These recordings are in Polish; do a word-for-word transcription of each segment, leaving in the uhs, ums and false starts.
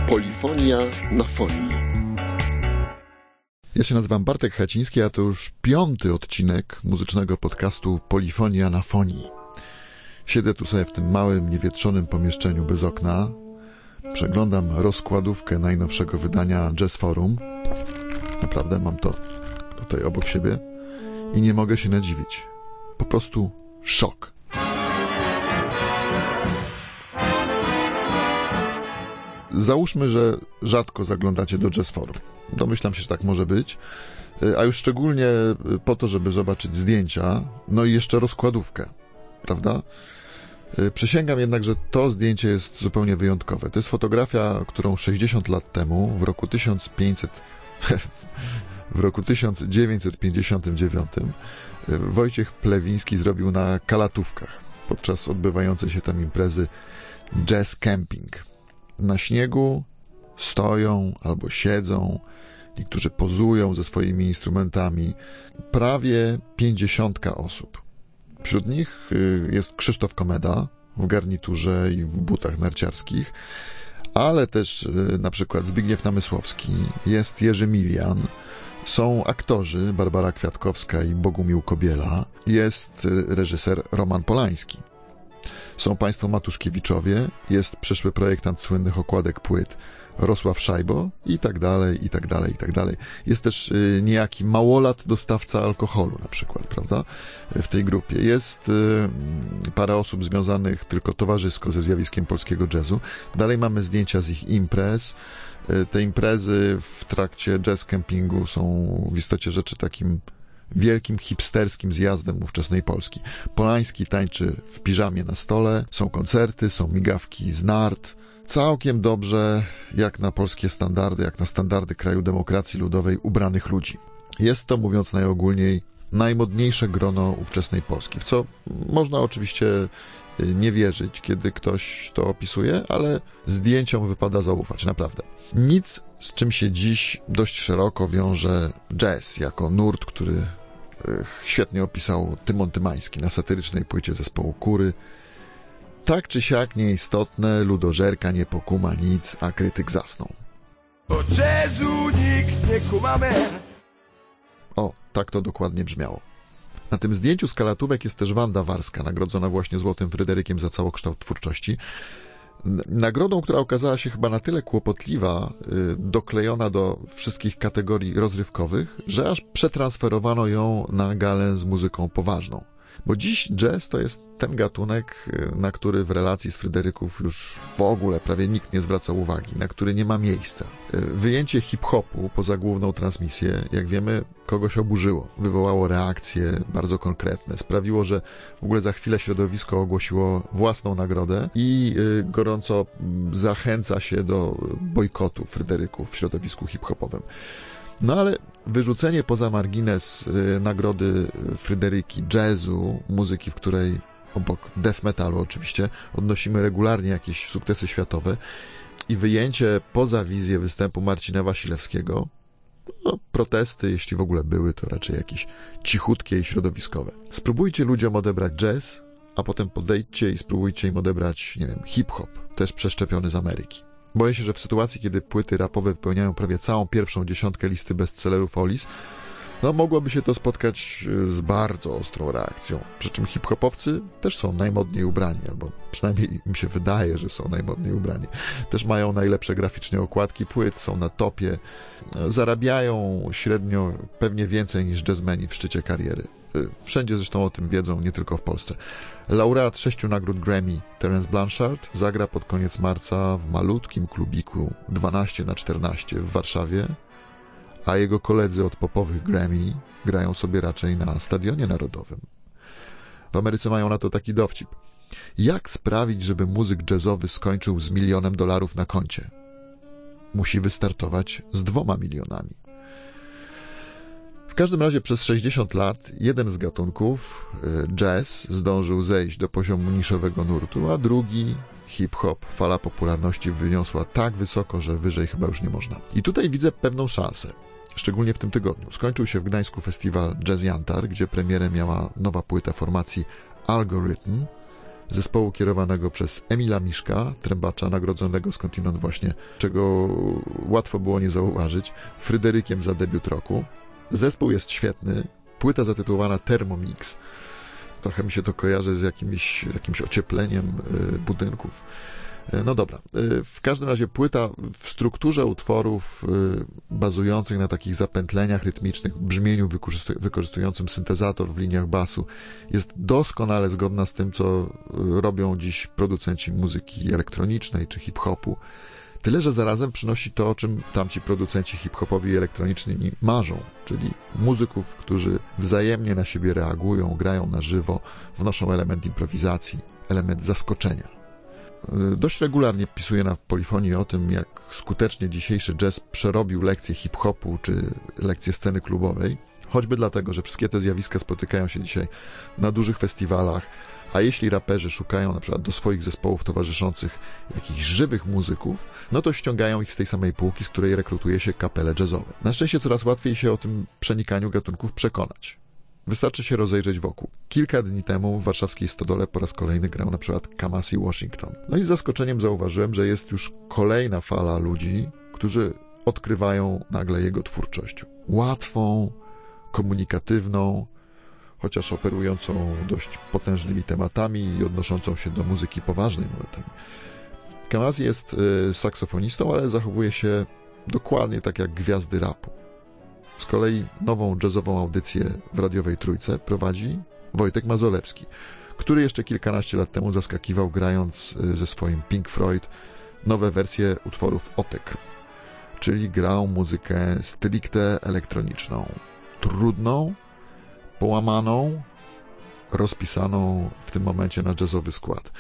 Polifonia na fonii. Ja się nazywam Bartek Haciński, a to już piąty odcinek muzycznego podcastu Polifonia na fonii. Siedzę tu sobie w tym małym, niewietrzonym pomieszczeniu bez okna. Przeglądam rozkładówkę najnowszego wydania Jazz Forum. Naprawdę mam to tutaj obok siebie i nie mogę się nadziwić. Po prostu szok. Załóżmy, że rzadko zaglądacie do Jazz Forum. Domyślam się, że tak może być, a już szczególnie po to, żeby zobaczyć zdjęcia, no i jeszcze rozkładówkę, prawda? Przysięgam jednak, że to zdjęcie jest zupełnie wyjątkowe. To jest fotografia, którą sześćdziesiąt lat temu, w roku tysiąc pięćset, w roku tysiąc dziewięćset pięćdziesiątym dziewiątym Wojciech Plewiński zrobił na Kalatówkach podczas odbywającej się tam imprezy Jazz Camping. Na śniegu stoją albo siedzą, niektórzy pozują ze swoimi instrumentami, prawie pięćdziesiątka osób. Wśród nich jest Krzysztof Komeda w garniturze i w butach narciarskich, ale też na przykład Zbigniew Namysłowski, jest Jerzy Milian, są aktorzy Barbara Kwiatkowska i Bogumił Kobiela, jest reżyser Roman Polański. Są państwo Matuszkiewiczowie, jest przyszły projektant słynnych okładek płyt Rosław Szajbo i tak dalej, i tak dalej, i tak dalej. Jest też y, niejaki małolat dostawca alkoholu na przykład, prawda, w tej grupie. Jest y, parę osób związanych tylko towarzysko ze zjawiskiem polskiego jazzu. Dalej mamy zdjęcia z ich imprez. Y, te imprezy w trakcie jazz campingu są w istocie rzeczy takim wielkim hipsterskim zjazdem ówczesnej Polski. Polański tańczy w piżamie na stole, są koncerty, są migawki z nart. Całkiem dobrze, jak na polskie standardy, jak na standardy kraju demokracji ludowej ubranych ludzi. Jest to, mówiąc najogólniej, najmodniejsze grono ówczesnej Polski, w co można oczywiście nie wierzyć, kiedy ktoś to opisuje, ale zdjęciom wypada zaufać, naprawdę. Nic, z czym się dziś dość szeroko wiąże jazz, jako nurt, który świetnie opisał Tymon Tymański na satyrycznej płycie zespołu Kury. Tak czy siak nieistotne, ludożerka nie pokuma nic, a krytyk zasnął. Bo jazzu nikt nie kuma me. O, tak to dokładnie brzmiało. Na tym zdjęciu z Kalatówek jest też Wanda Warska, nagrodzona właśnie Złotym Fryderykiem za całokształt twórczości. Nagrodą, która okazała się chyba na tyle kłopotliwa, doklejona do wszystkich kategorii rozrywkowych, że aż przetransferowano ją na galę z muzyką poważną. Bo dziś jazz to jest ten gatunek, na który w relacji z Fryderyków już w ogóle prawie nikt nie zwraca uwagi, na który nie ma miejsca. Wyjęcie hip-hopu poza główną transmisję, jak wiemy, kogoś oburzyło. Wywołało reakcje bardzo konkretne. Sprawiło, że w ogóle za chwilę środowisko ogłosiło własną nagrodę i gorąco zachęca się do bojkotu Fryderyków w środowisku hip-hopowym. No ale wyrzucenie poza margines y, nagrody Fryderyki jazzu, muzyki, w której obok death metalu oczywiście odnosimy regularnie jakieś sukcesy światowe, i wyjęcie poza wizję występu Marcina Wasilewskiego, no, protesty, jeśli w ogóle były, to raczej jakieś cichutkie i środowiskowe. Spróbujcie ludziom odebrać jazz, a potem podejdźcie i spróbujcie im odebrać, nie wiem, hip-hop, też przeszczepiony z Ameryki. Boję się, że w sytuacji, kiedy płyty rapowe wypełniają prawie całą pierwszą dziesiątkę listy bestsellerów Olis, no mogłoby się to spotkać z bardzo ostrą reakcją. Przy czym hip-hopowcy też są najmodniej ubrani, albo przynajmniej im się wydaje, że są najmodniej ubrani. Też mają najlepsze graficznie okładki płyt, są na topie, zarabiają średnio pewnie więcej niż jazzmeni w szczycie kariery. Wszędzie zresztą o tym wiedzą, nie tylko w Polsce. Laureat sześciu nagród Grammy Terence Blanchard zagra pod koniec marca w malutkim klubiku dwanaście na czternaście w Warszawie, a jego koledzy od popowych Grammy grają sobie raczej na Stadionie Narodowym. W Ameryce mają na to taki dowcip. Jak sprawić, żeby muzyk jazzowy skończył z milionem dolarów na koncie? Musi wystartować z dwoma milionami. W każdym razie przez sześćdziesiąt lat jeden z gatunków, jazz, zdążył zejść do poziomu niszowego nurtu, a drugi, hip-hop, fala popularności wyniosła tak wysoko, że wyżej chyba już nie można. I tutaj widzę pewną szansę, szczególnie w tym tygodniu. Skończył się w Gdańsku festiwal Jazz Jantar, gdzie premierę miała nowa płyta formacji Algorytm, zespołu kierowanego przez Emila Miszka, trębacza nagrodzonego skądinąd właśnie, czego łatwo było nie zauważyć, Fryderykiem za debiut roku. Zespół jest świetny, płyta zatytułowana Thermomix. Trochę mi się to kojarzy z jakimś, jakimś ociepleniem budynków. No dobra, w każdym razie płyta w strukturze utworów bazujących na takich zapętleniach rytmicznych, brzmieniu wykorzystującym syntezator w liniach basu jest doskonale zgodna z tym, co robią dziś producenci muzyki elektronicznej czy hip-hopu. Tyle, że zarazem przynosi to, o czym tamci producenci hip-hopowi i elektroniczni marzą, czyli muzyków, którzy wzajemnie na siebie reagują, grają na żywo, wnoszą element improwizacji, element zaskoczenia. Dość regularnie pisuję na Polifonii o tym, jak skutecznie dzisiejszy jazz przerobił lekcje hip-hopu czy lekcje sceny klubowej, choćby dlatego, że wszystkie te zjawiska spotykają się dzisiaj na dużych festiwalach, a jeśli raperzy szukają na przykład do swoich zespołów towarzyszących jakichś żywych muzyków, no to ściągają ich z tej samej półki, z której rekrutuje się kapele jazzowe. Na szczęście coraz łatwiej się o tym przenikaniu gatunków przekonać. Wystarczy się rozejrzeć wokół. Kilka dni temu w warszawskiej Stodole po raz kolejny grał na przykład Kamasi Washington. No i z zaskoczeniem zauważyłem, że jest już kolejna fala ludzi, którzy odkrywają nagle jego twórczość. Łatwą, komunikatywną, chociaż operującą dość potężnymi tematami i odnoszącą się do muzyki poważnej momentami. Kamasi jest y, saksofonistą, ale zachowuje się dokładnie tak jak gwiazdy rapu. Z kolei nową jazzową audycję w radiowej Trójce prowadzi Wojtek Mazolewski, który jeszcze kilkanaście lat temu zaskakiwał grając ze swoim Pink Floyd nowe wersje utworów Otekr, czyli grał muzykę stricte elektroniczną, trudną, połamaną, rozpisaną w tym momencie na jazzowy skład.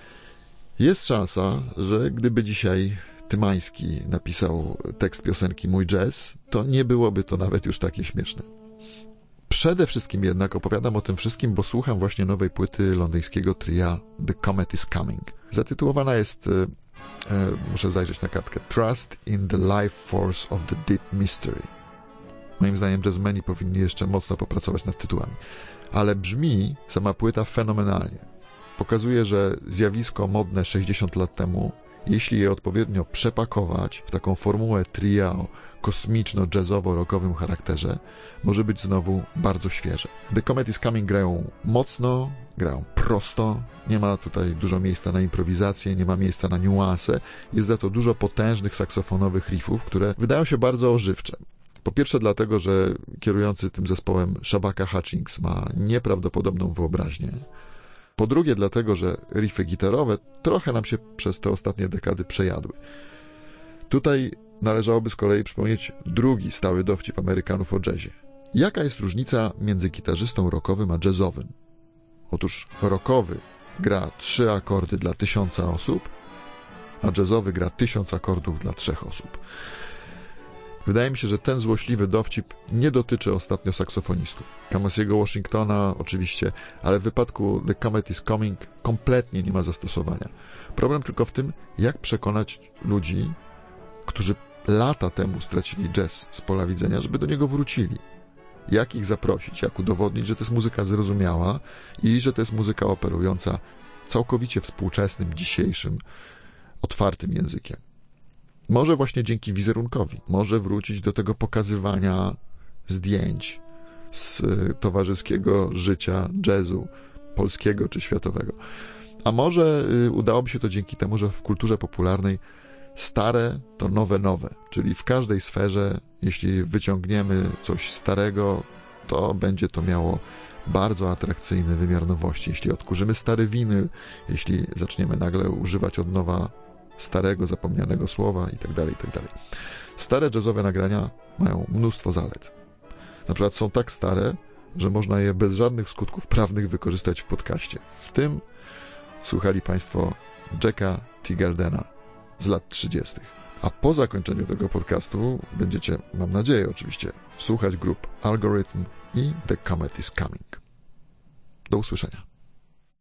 Jest szansa, że gdyby dzisiaj Tymański napisał tekst piosenki Mój Jazz, to nie byłoby to nawet już takie śmieszne. Przede wszystkim jednak opowiadam o tym wszystkim, bo słucham właśnie nowej płyty londyńskiego tria The Comet is Coming. Zatytułowana jest, e, muszę zajrzeć na kartkę, Trust in the Life Force of the Deep Mystery. Moim zdaniem jazzmeni powinni jeszcze mocno popracować nad tytułami. Ale brzmi sama płyta fenomenalnie. Pokazuje, że zjawisko modne sześćdziesiąt lat temu, jeśli je odpowiednio przepakować w taką formułę tria o kosmiczno-jazzowo-rockowym charakterze, może być znowu bardzo świeże. The Comet is Coming grają mocno, grają prosto, nie ma tutaj dużo miejsca na improwizację, nie ma miejsca na niuanse, jest za to dużo potężnych saksofonowych riffów, które wydają się bardzo ożywcze. Po pierwsze dlatego, że kierujący tym zespołem Shabaka Hutchings ma nieprawdopodobną wyobraźnię. Po drugie dlatego, że riffy gitarowe trochę nam się przez te ostatnie dekady przejadły. Tutaj należałoby z kolei przypomnieć drugi stały dowcip Amerykanów o jazzie. Jaka jest różnica między gitarzystą rockowym a jazzowym? Otóż rockowy gra trzy akordy dla tysiąca osób, a jazzowy gra tysiąc akordów dla trzech osób. Wydaje mi się, że ten złośliwy dowcip nie dotyczy ostatnio saksofonistów. Kamasiego Washingtona oczywiście, ale w wypadku The Comet is Coming kompletnie nie ma zastosowania. Problem tylko w tym, jak przekonać ludzi, którzy lata temu stracili jazz z pola widzenia, żeby do niego wrócili. Jak ich zaprosić, jak udowodnić, że to jest muzyka zrozumiała i że to jest muzyka operująca całkowicie współczesnym, dzisiejszym, otwartym językiem. Może właśnie dzięki wizerunkowi, może wrócić do tego pokazywania zdjęć z towarzyskiego życia jazzu, polskiego czy światowego. A może udałoby się to dzięki temu, że w kulturze popularnej stare to nowe nowe, czyli w każdej sferze, jeśli wyciągniemy coś starego, to będzie to miało bardzo atrakcyjny wymiar nowości. Jeśli odkurzymy stary winyl, jeśli zaczniemy nagle używać od nowa starego, zapomnianego słowa i tak dalej, i tak dalej. Stare jazzowe nagrania mają mnóstwo zalet. Na przykład są tak stare, że można je bez żadnych skutków prawnych wykorzystać w podcaście. W tym słuchali Państwo Jacka Teagardena z lat trzydziestych. A po zakończeniu tego podcastu będziecie, mam nadzieję oczywiście, słuchać grup Algorytm i The Comet is Coming. Do usłyszenia.